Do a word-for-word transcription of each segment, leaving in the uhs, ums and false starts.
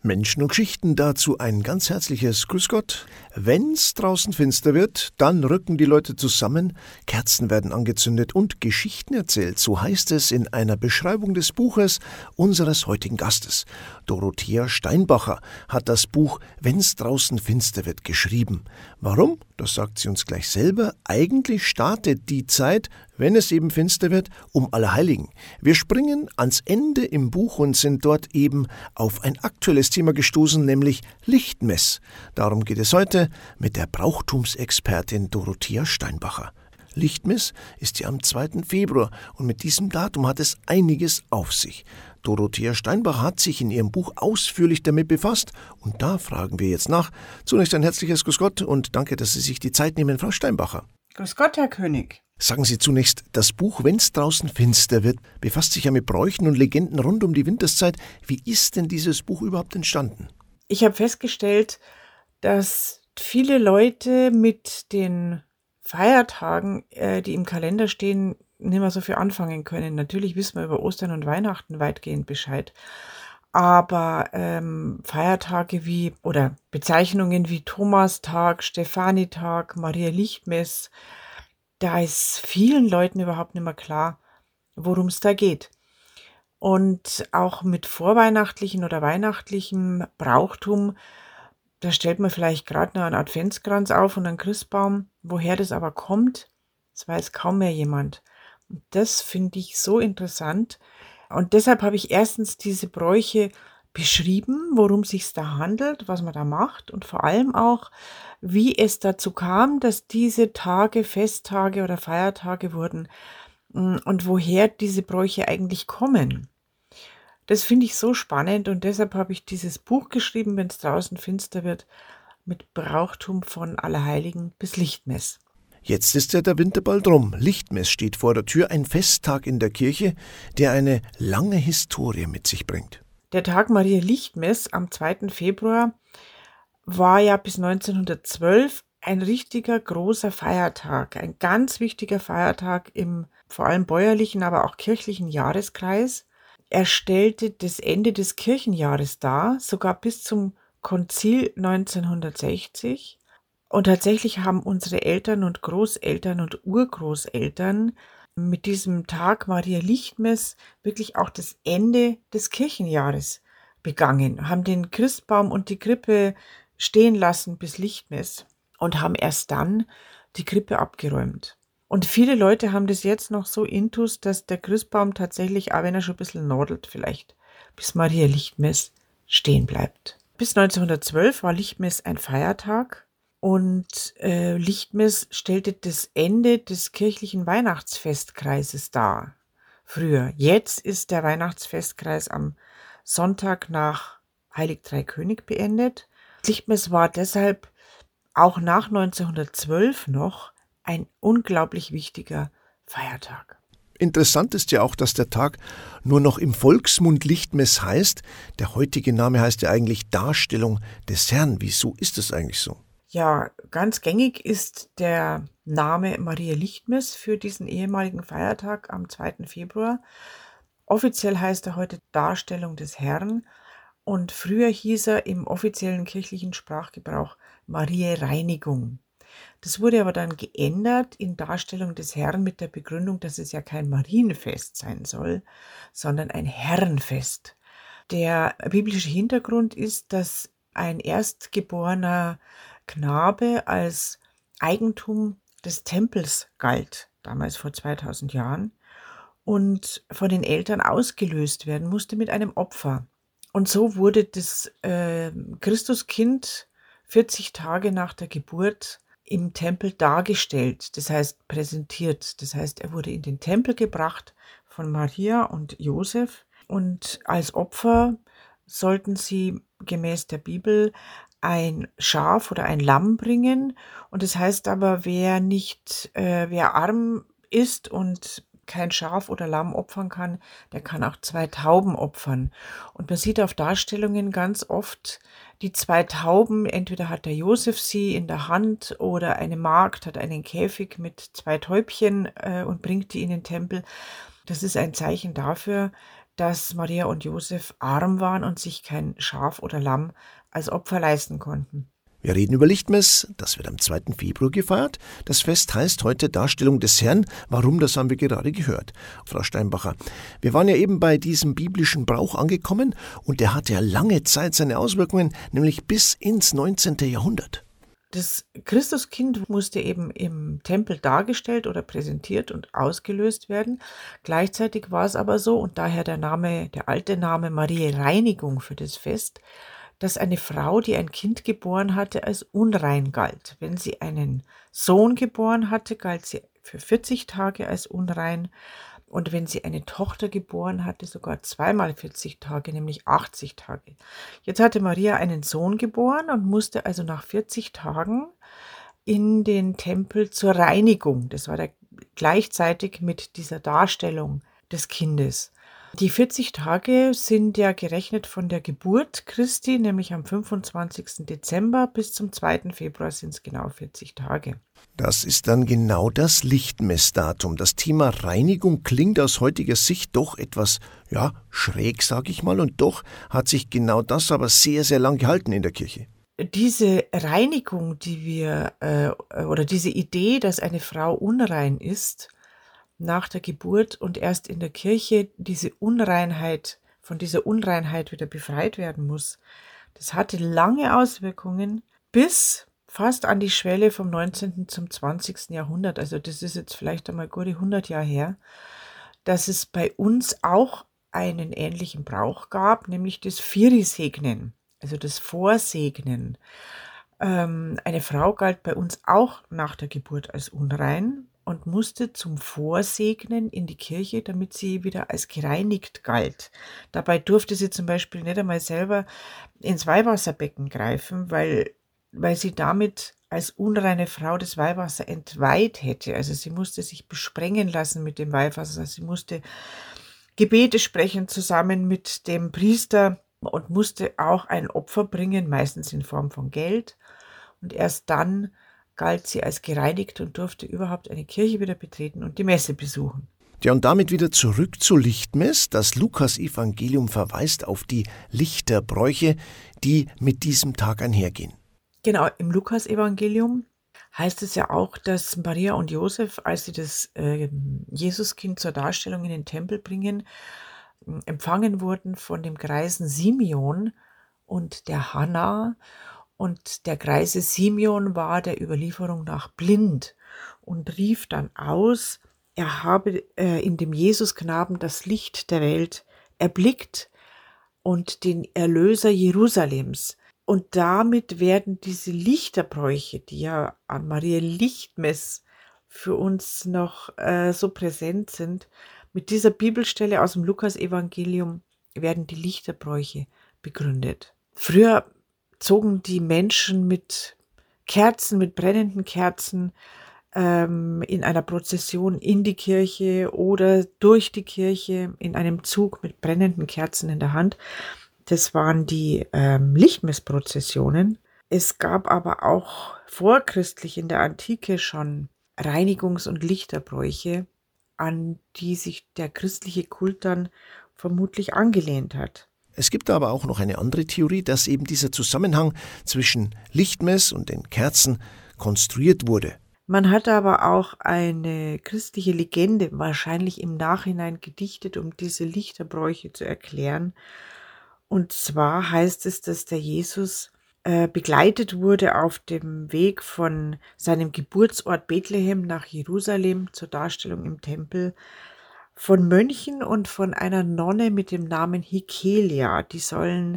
Menschen und Geschichten, dazu ein ganz herzliches Grüß Gott. Wenn's draußen finster wird, dann rücken die Leute zusammen, Kerzen werden angezündet und Geschichten erzählt. So heißt es in einer Beschreibung des Buches unseres heutigen Gastes. Dorothea Steinbacher hat das Buch Wenn's draußen finster wird geschrieben. Warum? Das sagt sie uns gleich selber. Eigentlich startet die Zeit, wenn es eben finster wird, um Allerheiligen. Wir springen ans Ende im Buch und sind dort eben auf ein aktuelles Thema gestoßen, nämlich Lichtmess. Darum geht es heute mit der Brauchtumsexpertin Dorothea Steinbacher. Lichtmess ist ja am zweiten Februar und mit diesem Datum hat es einiges auf sich. Dorothea Steinbacher hat sich in ihrem Buch ausführlich damit befasst und da fragen wir jetzt nach. Zunächst ein herzliches Grüß Gott und danke, dass Sie sich die Zeit nehmen, Frau Steinbacher. Grüß Gott, Herr König. Sagen Sie zunächst, das Buch Wenn's draußen finster wird befasst sich ja mit Bräuchen und Legenden rund um die Winterszeit. Wie ist denn dieses Buch überhaupt entstanden? Ich habe festgestellt, dass viele Leute mit den Feiertagen, äh, die im Kalender stehen, nicht mehr so viel anfangen können. Natürlich wissen wir über Ostern und Weihnachten weitgehend Bescheid. Aber ähm, Feiertage wie oder Bezeichnungen wie Thomastag, Stephanitag, Maria Lichtmess, da ist vielen Leuten überhaupt nicht mehr klar, worum es da geht. Und auch mit vorweihnachtlichen oder weihnachtlichem Brauchtum, da stellt man vielleicht gerade noch einen Adventskranz auf und einen Christbaum. Woher das aber kommt, das weiß kaum mehr jemand. Und das finde ich so interessant. Und deshalb habe ich erstens diese Bräuche beschrieben, worum es sich da handelt, was man da macht und vor allem auch, wie es dazu kam, dass diese Tage Festtage oder Feiertage wurden und woher diese Bräuche eigentlich kommen. Das finde ich so spannend und deshalb habe ich dieses Buch geschrieben, wenn es draußen finster wird, mit Brauchtum von Allerheiligen bis Lichtmess. Jetzt ist ja der Winter bald rum. Lichtmess steht vor der Tür, ein Festtag in der Kirche, der eine lange Historie mit sich bringt. Der Tag Maria Lichtmess am zweiten Februar war ja bis neunzehnhundertzwölf ein richtiger großer Feiertag, ein ganz wichtiger Feiertag im vor allem bäuerlichen, aber auch kirchlichen Jahreskreis. Er stellte das Ende des Kirchenjahres dar, sogar bis zum Konzil neunzehnhundertsechzig. Und tatsächlich haben unsere Eltern und Großeltern und Urgroßeltern mit diesem Tag Maria Lichtmess wirklich auch das Ende des Kirchenjahres begangen, haben den Christbaum und die Krippe stehen lassen bis Lichtmess und haben erst dann die Krippe abgeräumt. Und viele Leute haben das jetzt noch so intus, dass der Christbaum tatsächlich, auch wenn er schon ein bisschen nordelt, vielleicht bis Maria Lichtmess stehen bleibt. Bis neunzehnhundertzwölf war Lichtmess ein Feiertag. Und äh, Lichtmess stellte das Ende des kirchlichen Weihnachtsfestkreises dar. Früher. Jetzt ist der Weihnachtsfestkreis am Sonntag nach Heilig Drei König beendet. Lichtmess war deshalb auch nach neunzehnhundertzwölf noch ein unglaublich wichtiger Feiertag. Interessant ist ja auch, dass der Tag nur noch im Volksmund Lichtmess heißt. Der heutige Name heißt ja eigentlich Darstellung des Herrn. Wieso ist es eigentlich so? Ja, ganz gängig ist der Name Maria Lichtmess für diesen ehemaligen Feiertag am zweiten Februar. Offiziell heißt er heute Darstellung des Herrn und früher hieß er im offiziellen kirchlichen Sprachgebrauch Mariä Reinigung. Das wurde aber dann geändert in Darstellung des Herrn mit der Begründung, dass es ja kein Marienfest sein soll, sondern ein Herrenfest. Der biblische Hintergrund ist, dass ein erstgeborener Knabe als Eigentum des Tempels galt, damals vor zweitausend Jahren, und von den Eltern ausgelöst werden musste mit einem Opfer. Und so wurde das äh, Christuskind vierzig Tage nach der Geburt im Tempel dargestellt, das heißt präsentiert. Das heißt, er wurde in den Tempel gebracht von Maria und Josef und als Opfer sollten sie gemäß der Bibel ein Schaf oder ein Lamm bringen. Und das heißt aber, wer nicht, äh, wer arm ist und kein Schaf oder Lamm opfern kann, der kann auch zwei Tauben opfern. Und man sieht auf Darstellungen ganz oft die zwei Tauben, entweder hat der Josef sie in der Hand oder eine Magd hat einen Käfig mit zwei Täubchen äh, und bringt die in den Tempel. Das ist ein Zeichen dafür, dass Maria und Josef arm waren und sich kein Schaf oder Lamm als Opfer leisten konnten. Wir reden über Lichtmess, das wird am zweiten Februar gefeiert. Das Fest heißt heute Darstellung des Herrn. Warum, das haben wir gerade gehört. Frau Steinbacher, wir waren ja eben bei diesem biblischen Brauch angekommen und der hatte ja lange Zeit seine Auswirkungen, nämlich bis ins neunzehnten Jahrhundert. Das Christuskind musste eben im Tempel dargestellt oder präsentiert und ausgelöst werden. Gleichzeitig war es aber so, und daher der Name, der alte Name Mariä Reinigung für das Fest, dass eine Frau, die ein Kind geboren hatte, als unrein galt. Wenn sie einen Sohn geboren hatte, galt sie für vierzig Tage als unrein. Und wenn sie eine Tochter geboren hatte, sogar zweimal vierzig Tage, nämlich achtzig Tage. Jetzt hatte Maria einen Sohn geboren und musste also nach vierzig Tagen in den Tempel zur Reinigung. Das war der, gleichzeitig mit dieser Darstellung des Kindes. Die vierzig Tage sind ja gerechnet von der Geburt Christi, nämlich am fünfundzwanzigsten Dezember bis zum zweiten Februar sind es genau vierzig Tage. Das ist dann genau das Lichtmessdatum. Das Thema Reinigung klingt aus heutiger Sicht doch etwas, ja, schräg, sage ich mal, und doch hat sich genau das aber sehr, sehr lang gehalten in der Kirche. Diese Reinigung, die wir, äh, oder diese Idee, dass eine Frau unrein ist, nach der Geburt und erst in der Kirche diese Unreinheit, von dieser Unreinheit wieder befreit werden muss. Das hatte lange Auswirkungen bis fast an die Schwelle vom neunzehnten zum zwanzigsten Jahrhundert. Also das ist jetzt vielleicht einmal gute hundert Jahre her, dass es bei uns auch einen ähnlichen Brauch gab, nämlich das Vierisegnen, also das Vorsegnen. Ähm, eine Frau galt bei uns auch nach der Geburt als unrein und musste zum Vorsegnen in die Kirche, damit sie wieder als gereinigt galt. Dabei durfte sie zum Beispiel nicht einmal selber ins Weihwasserbecken greifen, weil, weil sie damit als unreine Frau das Weihwasser entweiht hätte. Also sie musste sich besprengen lassen mit dem Weihwasser. Sie musste Gebete sprechen zusammen mit dem Priester und musste auch ein Opfer bringen, meistens in Form von Geld. Und erst dann galt sie als gereinigt und durfte überhaupt eine Kirche wieder betreten und die Messe besuchen. Ja, und damit wieder zurück zu Lichtmess. Das Lukas-Evangelium verweist auf die Lichterbräuche, die mit diesem Tag einhergehen. Genau, im Lukas-Evangelium heißt es ja auch, dass Maria und Josef, als sie das äh, Jesuskind zur Darstellung in den Tempel bringen, empfangen wurden von dem Greisen Simeon und der Hanna. Und der Greise Simeon war der Überlieferung nach blind und rief dann aus, er habe äh, in dem Jesusknaben das Licht der Welt erblickt und den Erlöser Jerusalems. Und damit werden diese Lichterbräuche, die ja an Mariä Lichtmess für uns noch äh, so präsent sind, mit dieser Bibelstelle aus dem Lukas-Evangelium werden die Lichterbräuche begründet. Früher zogen die Menschen mit Kerzen, mit brennenden Kerzen ähm, in einer Prozession in die Kirche oder durch die Kirche in einem Zug mit brennenden Kerzen in der Hand. Das waren die ähm, Lichtmessprozessionen. Es gab aber auch vorchristlich in der Antike schon Reinigungs- und Lichterbräuche, an die sich der christliche Kult dann vermutlich angelehnt hat. Es gibt aber auch noch eine andere Theorie, dass eben dieser Zusammenhang zwischen Lichtmess und den Kerzen konstruiert wurde. Man hat aber auch eine christliche Legende wahrscheinlich im Nachhinein gedichtet, um diese Lichterbräuche zu erklären. Und zwar heißt es, dass der Jesus äh, begleitet wurde auf dem Weg von seinem Geburtsort Bethlehem nach Jerusalem zur Darstellung im Tempel von Mönchen und von einer Nonne mit dem Namen Hikelia. Die sollen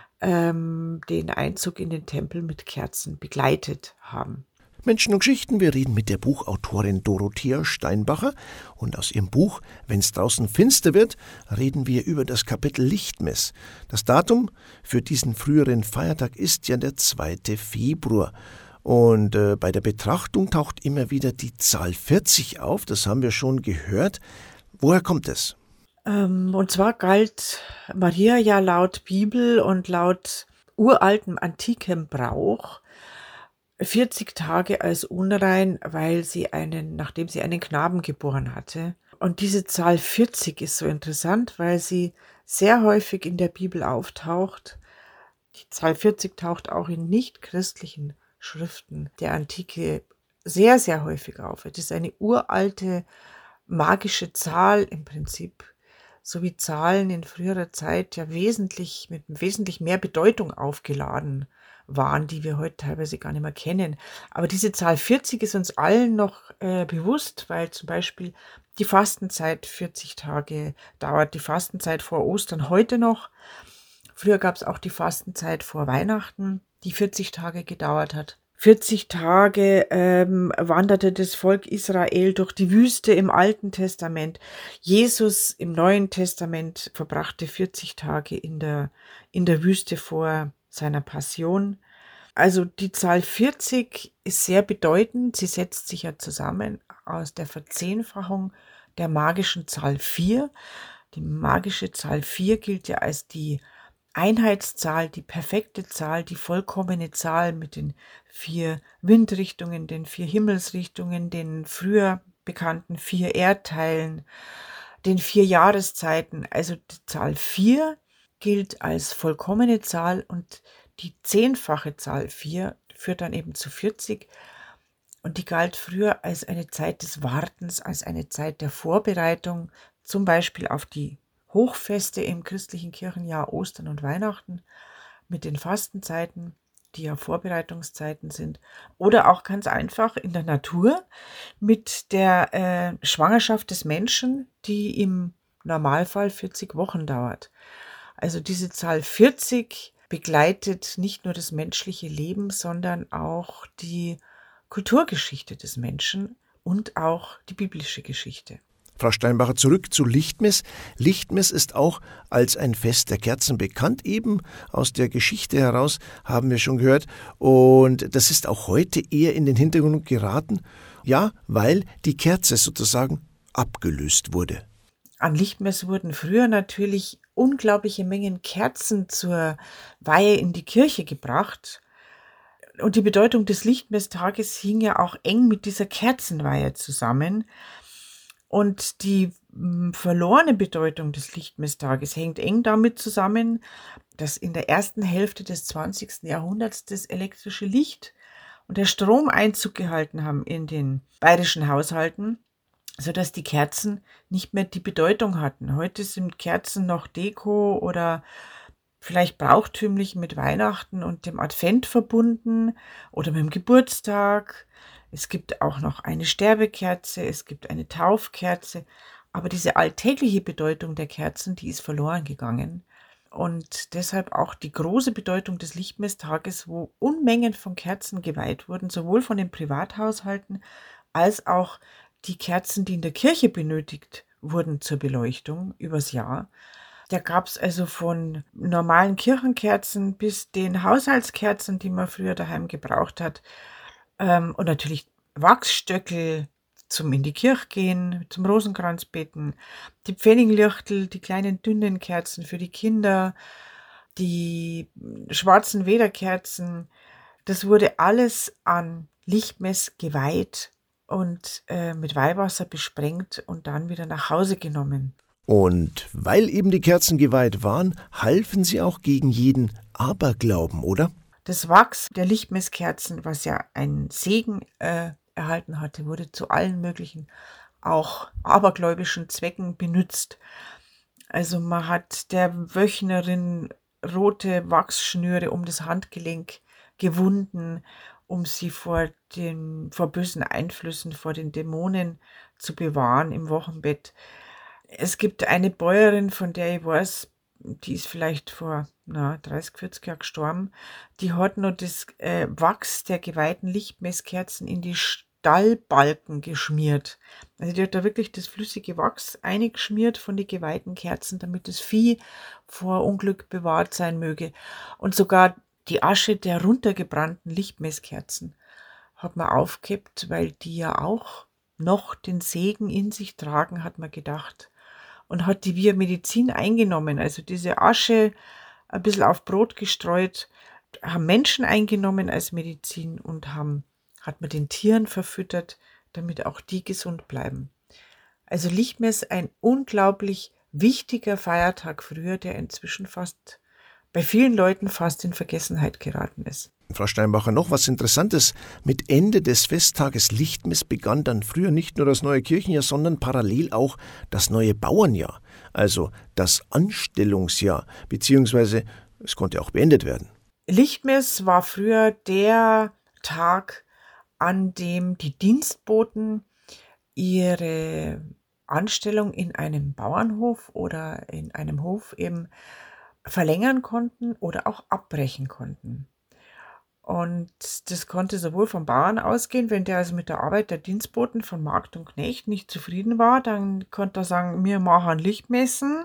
ähm, den Einzug in den Tempel mit Kerzen begleitet haben. Menschen und Geschichten, wir reden mit der Buchautorin Dorothea Steinbacher und aus ihrem Buch »Wenn's draußen finster wird« reden wir über das Kapitel Lichtmess. Das Datum für diesen früheren Feiertag ist ja der zweite Februar. Und äh, bei der Betrachtung taucht immer wieder die Zahl vierzig auf, das haben wir schon gehört. Woher kommt es? Ähm, und zwar galt Maria ja laut Bibel und laut uraltem antikem Brauch vierzig Tage als unrein, weil sie einen, nachdem sie einen Knaben geboren hatte. Und diese Zahl vierzig ist so interessant, weil sie sehr häufig in der Bibel auftaucht. Die Zahl vierzig taucht auch in nichtchristlichen Schriften der Antike sehr, sehr häufig auf. Es ist eine uralte magische Zahl im Prinzip, so wie Zahlen in früherer Zeit ja wesentlich mit wesentlich mehr Bedeutung aufgeladen waren, die wir heute teilweise gar nicht mehr kennen. Aber diese Zahl vierzig ist uns allen noch äh, bewusst, weil zum Beispiel die Fastenzeit vierzig Tage dauert, die Fastenzeit vor Ostern heute noch. Früher gab es auch die Fastenzeit vor Weihnachten, die vierzig Tage gedauert hat. vierzig Tage ähm, wanderte das Volk Israel durch die Wüste im Alten Testament. Jesus im Neuen Testament verbrachte vierzig Tage in der, in der Wüste vor seiner Passion. Also die Zahl vierzig ist sehr bedeutend. Sie setzt sich ja zusammen aus der Verzehnfachung der magischen Zahl vier. Die magische Zahl vier gilt ja als die Einheitszahl, die perfekte Zahl, die vollkommene Zahl mit den vier Windrichtungen, den vier Himmelsrichtungen, den früher bekannten vier Erdteilen, den vier Jahreszeiten. Also die Zahl vier gilt als vollkommene Zahl und die zehnfache Zahl vier führt dann eben zu vierzig. Und die galt früher als eine Zeit des Wartens, als eine Zeit der Vorbereitung, zum Beispiel auf die Hochfeste im christlichen Kirchenjahr, Ostern und Weihnachten, mit den Fastenzeiten, die ja Vorbereitungszeiten sind. Oder auch ganz einfach in der Natur mit der äh, Schwangerschaft des Menschen, die im Normalfall vierzig Wochen dauert. Also diese Zahl vierzig begleitet nicht nur das menschliche Leben, sondern auch die Kulturgeschichte des Menschen und auch die biblische Geschichte. Frau Steinbacher, zurück zu Lichtmess. Lichtmess ist auch als ein Fest der Kerzen bekannt, eben aus der Geschichte heraus, haben wir schon gehört. Und das ist auch heute eher in den Hintergrund geraten, ja, weil die Kerze sozusagen abgelöst wurde. An Lichtmess wurden früher natürlich unglaubliche Mengen Kerzen zur Weihe in die Kirche gebracht. Und die Bedeutung des Lichtmesstages hing ja auch eng mit dieser Kerzenweihe zusammen. Und die mh, verlorene Bedeutung des Lichtmesstages hängt eng damit zusammen, dass in der ersten Hälfte des zwanzigsten Jahrhunderts das elektrische Licht und der Strom Einzug gehalten haben in den bayerischen Haushalten, sodass die Kerzen nicht mehr die Bedeutung hatten. Heute sind Kerzen noch Deko oder vielleicht brauchtümlich mit Weihnachten und dem Advent verbunden oder mit dem Geburtstag. Es gibt auch noch eine Sterbekerze, es gibt eine Taufkerze, aber diese alltägliche Bedeutung der Kerzen, die ist verloren gegangen. Und deshalb auch die große Bedeutung des Lichtmesstages, wo Unmengen von Kerzen geweiht wurden, sowohl von den Privathaushalten als auch die Kerzen, die in der Kirche benötigt wurden zur Beleuchtung übers Jahr. Da gab es also von normalen Kirchenkerzen bis den Haushaltskerzen, die man früher daheim gebraucht hat. Ähm, und natürlich Wachsstöckel zum in die Kirche gehen, zum Rosenkranz beten, die Pfenniglichtel, die kleinen dünnen Kerzen für die Kinder, die schwarzen Wederkerzen. Das wurde alles an Lichtmess geweiht und äh, mit Weihwasser besprengt und dann wieder nach Hause genommen. Und weil eben die Kerzen geweiht waren, halfen sie auch gegen jeden Aberglauben, oder? Das Wachs der Lichtmesskerzen, was ja einen Segen äh, erhalten hatte, wurde zu allen möglichen, auch abergläubischen Zwecken benutzt. Also man hat der Wöchnerin rote Wachsschnüre um das Handgelenk gewunden, um sie vor den vor bösen Einflüssen, vor den Dämonen zu bewahren im Wochenbett. Es gibt eine Bäuerin, von der ich weiß, die ist vielleicht vor na, dreißig, vierzig Jahren gestorben, die hat noch das äh, Wachs der geweihten Lichtmesskerzen in die Stallbalken geschmiert. Also die hat da wirklich das flüssige Wachs eingeschmiert von den geweihten Kerzen, damit das Vieh vor Unglück bewahrt sein möge. Und sogar die Asche der runtergebrannten Lichtmesskerzen hat man aufgehebt, weil die ja auch noch den Segen in sich tragen, hat man gedacht. Und hat die wie Medizin eingenommen. Also diese Asche ein bisschen auf Brot gestreut, haben Menschen eingenommen als Medizin und haben, hat man den Tieren verfüttert, damit auch die gesund bleiben. Also Lichtmess, ein unglaublich wichtiger Feiertag früher, der inzwischen fast bei vielen Leuten fast in Vergessenheit geraten ist. Frau Steinbacher, noch was Interessantes. Mit Ende des Festtages Lichtmess begann dann früher nicht nur das neue Kirchenjahr, sondern parallel auch das neue Bauernjahr, also das Anstellungsjahr, beziehungsweise es konnte auch beendet werden. Lichtmess war früher der Tag, an dem die Dienstboten ihre Anstellung in einem Bauernhof oder in einem Hof eben verlängern konnten oder auch abbrechen konnten. Und das konnte sowohl vom Bauern ausgehen, wenn der also mit der Arbeit der Dienstboten von Magd und Knecht nicht zufrieden war, dann konnte er sagen, wir machen Lichtmessen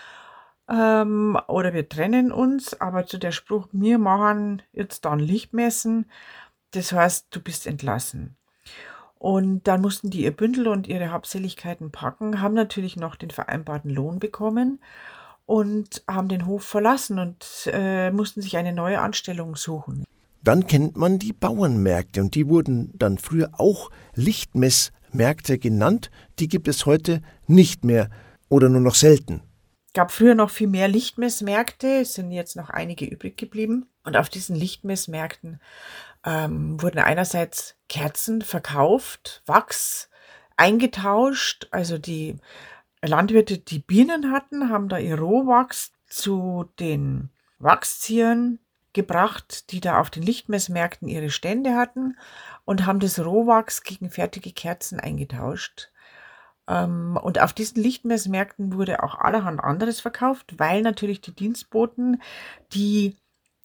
ähm, oder wir trennen uns, aber zu der Spruch, wir machen jetzt dann Lichtmessen, das heißt, du bist entlassen. Und dann mussten die ihr Bündel und ihre Habseligkeiten packen, haben natürlich noch den vereinbarten Lohn bekommen und haben den Hof verlassen und äh, mussten sich eine neue Anstellung suchen. Dann kennt man die Bauernmärkte und die wurden dann früher auch Lichtmessmärkte genannt. Die gibt es heute nicht mehr oder nur noch selten. Es gab früher noch viel mehr Lichtmessmärkte, es sind jetzt noch einige übrig geblieben. Und auf diesen Lichtmessmärkten ähm, wurden einerseits Kerzen verkauft, Wachs eingetauscht. Also die Landwirte, die Bienen hatten, haben da ihr Rohwachs zu den Wachsziehern gebracht, die da auf den Lichtmessmärkten ihre Stände hatten und haben das Rohwachs gegen fertige Kerzen eingetauscht. Ähm, und auf diesen Lichtmessmärkten wurde auch allerhand anderes verkauft, weil natürlich die Dienstboten, die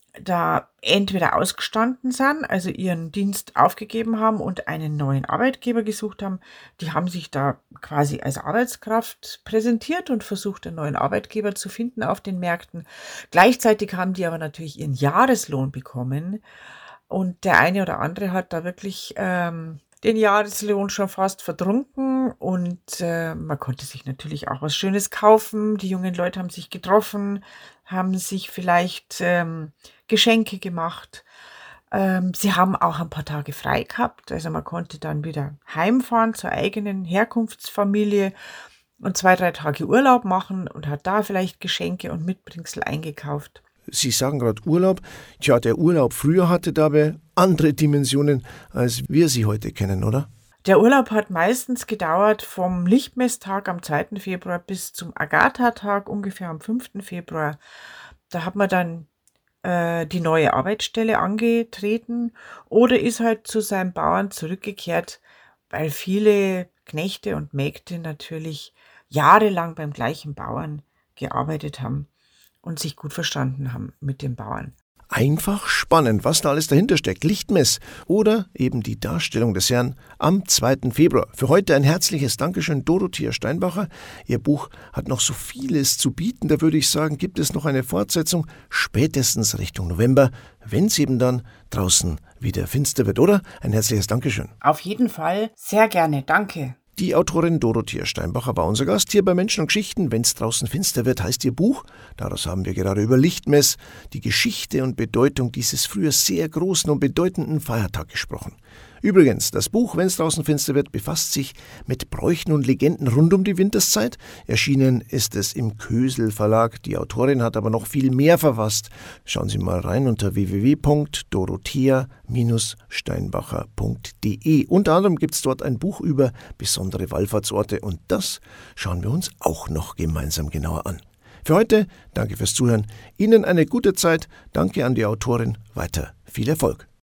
da entweder ausgestanden sind, also ihren Dienst aufgegeben haben und einen neuen Arbeitgeber gesucht haben, die haben sich da quasi als Arbeitskraft präsentiert und versucht, einen neuen Arbeitgeber zu finden auf den Märkten. Gleichzeitig haben die aber natürlich ihren Jahreslohn bekommen und der eine oder andere hat da wirklich ähm, den Jahreslohn schon fast vertrunken und äh, man konnte sich natürlich auch was Schönes kaufen. Die jungen Leute haben sich getroffen, haben sich vielleicht ähm, Geschenke gemacht. Ähm, sie haben auch ein paar Tage frei gehabt, also man konnte dann wieder heimfahren zur eigenen Herkunftsfamilie und zwei, drei Tage Urlaub machen und hat da vielleicht Geschenke und Mitbringsel eingekauft. Sie sagen gerade Urlaub. Tja, der Urlaub früher hatte dabei andere Dimensionen, als wir sie heute kennen, oder? Der Urlaub hat meistens gedauert vom Lichtmesstag am zweiten Februar bis zum Agatha-Tag ungefähr am fünften Februar. Da hat man dann äh, die neue Arbeitsstelle angetreten oder ist halt zu seinem Bauern zurückgekehrt, weil viele Knechte und Mägde natürlich jahrelang beim gleichen Bauern gearbeitet haben und sich gut verstanden haben mit dem Bauern. Einfach spannend, was da alles dahinter steckt. Lichtmess oder eben die Darstellung des Herrn am zweiten Februar. Für heute ein herzliches Dankeschön, Dorothea Steinbacher. Ihr Buch hat noch so vieles zu bieten. Da würde ich sagen, gibt es noch eine Fortsetzung, spätestens Richtung November, wenn es eben dann draußen wieder finster wird, oder? Ein herzliches Dankeschön. Auf jeden Fall, sehr gerne, danke. Die Autorin Dorothea Steinbacher war unser Gast hier bei Menschen und Geschichten. Wenn's draußen finster wird, heißt ihr Buch. Daraus haben wir gerade über Lichtmess, die Geschichte und Bedeutung dieses früher sehr großen und bedeutenden Feiertags gesprochen. Übrigens, das Buch Wenn's draußen finster wird befasst sich mit Bräuchen und Legenden rund um die Winterszeit. Erschienen ist es im Kösel Verlag. Die Autorin hat aber noch viel mehr verfasst. Schauen Sie mal rein unter w w w punkt dorothea steinbacher punkt d e. Unter anderem gibt es dort ein Buch über besondere Wallfahrtsorte und das schauen wir uns auch noch gemeinsam genauer an. Für heute danke fürs Zuhören. Ihnen eine gute Zeit. Danke an die Autorin. Weiter viel Erfolg.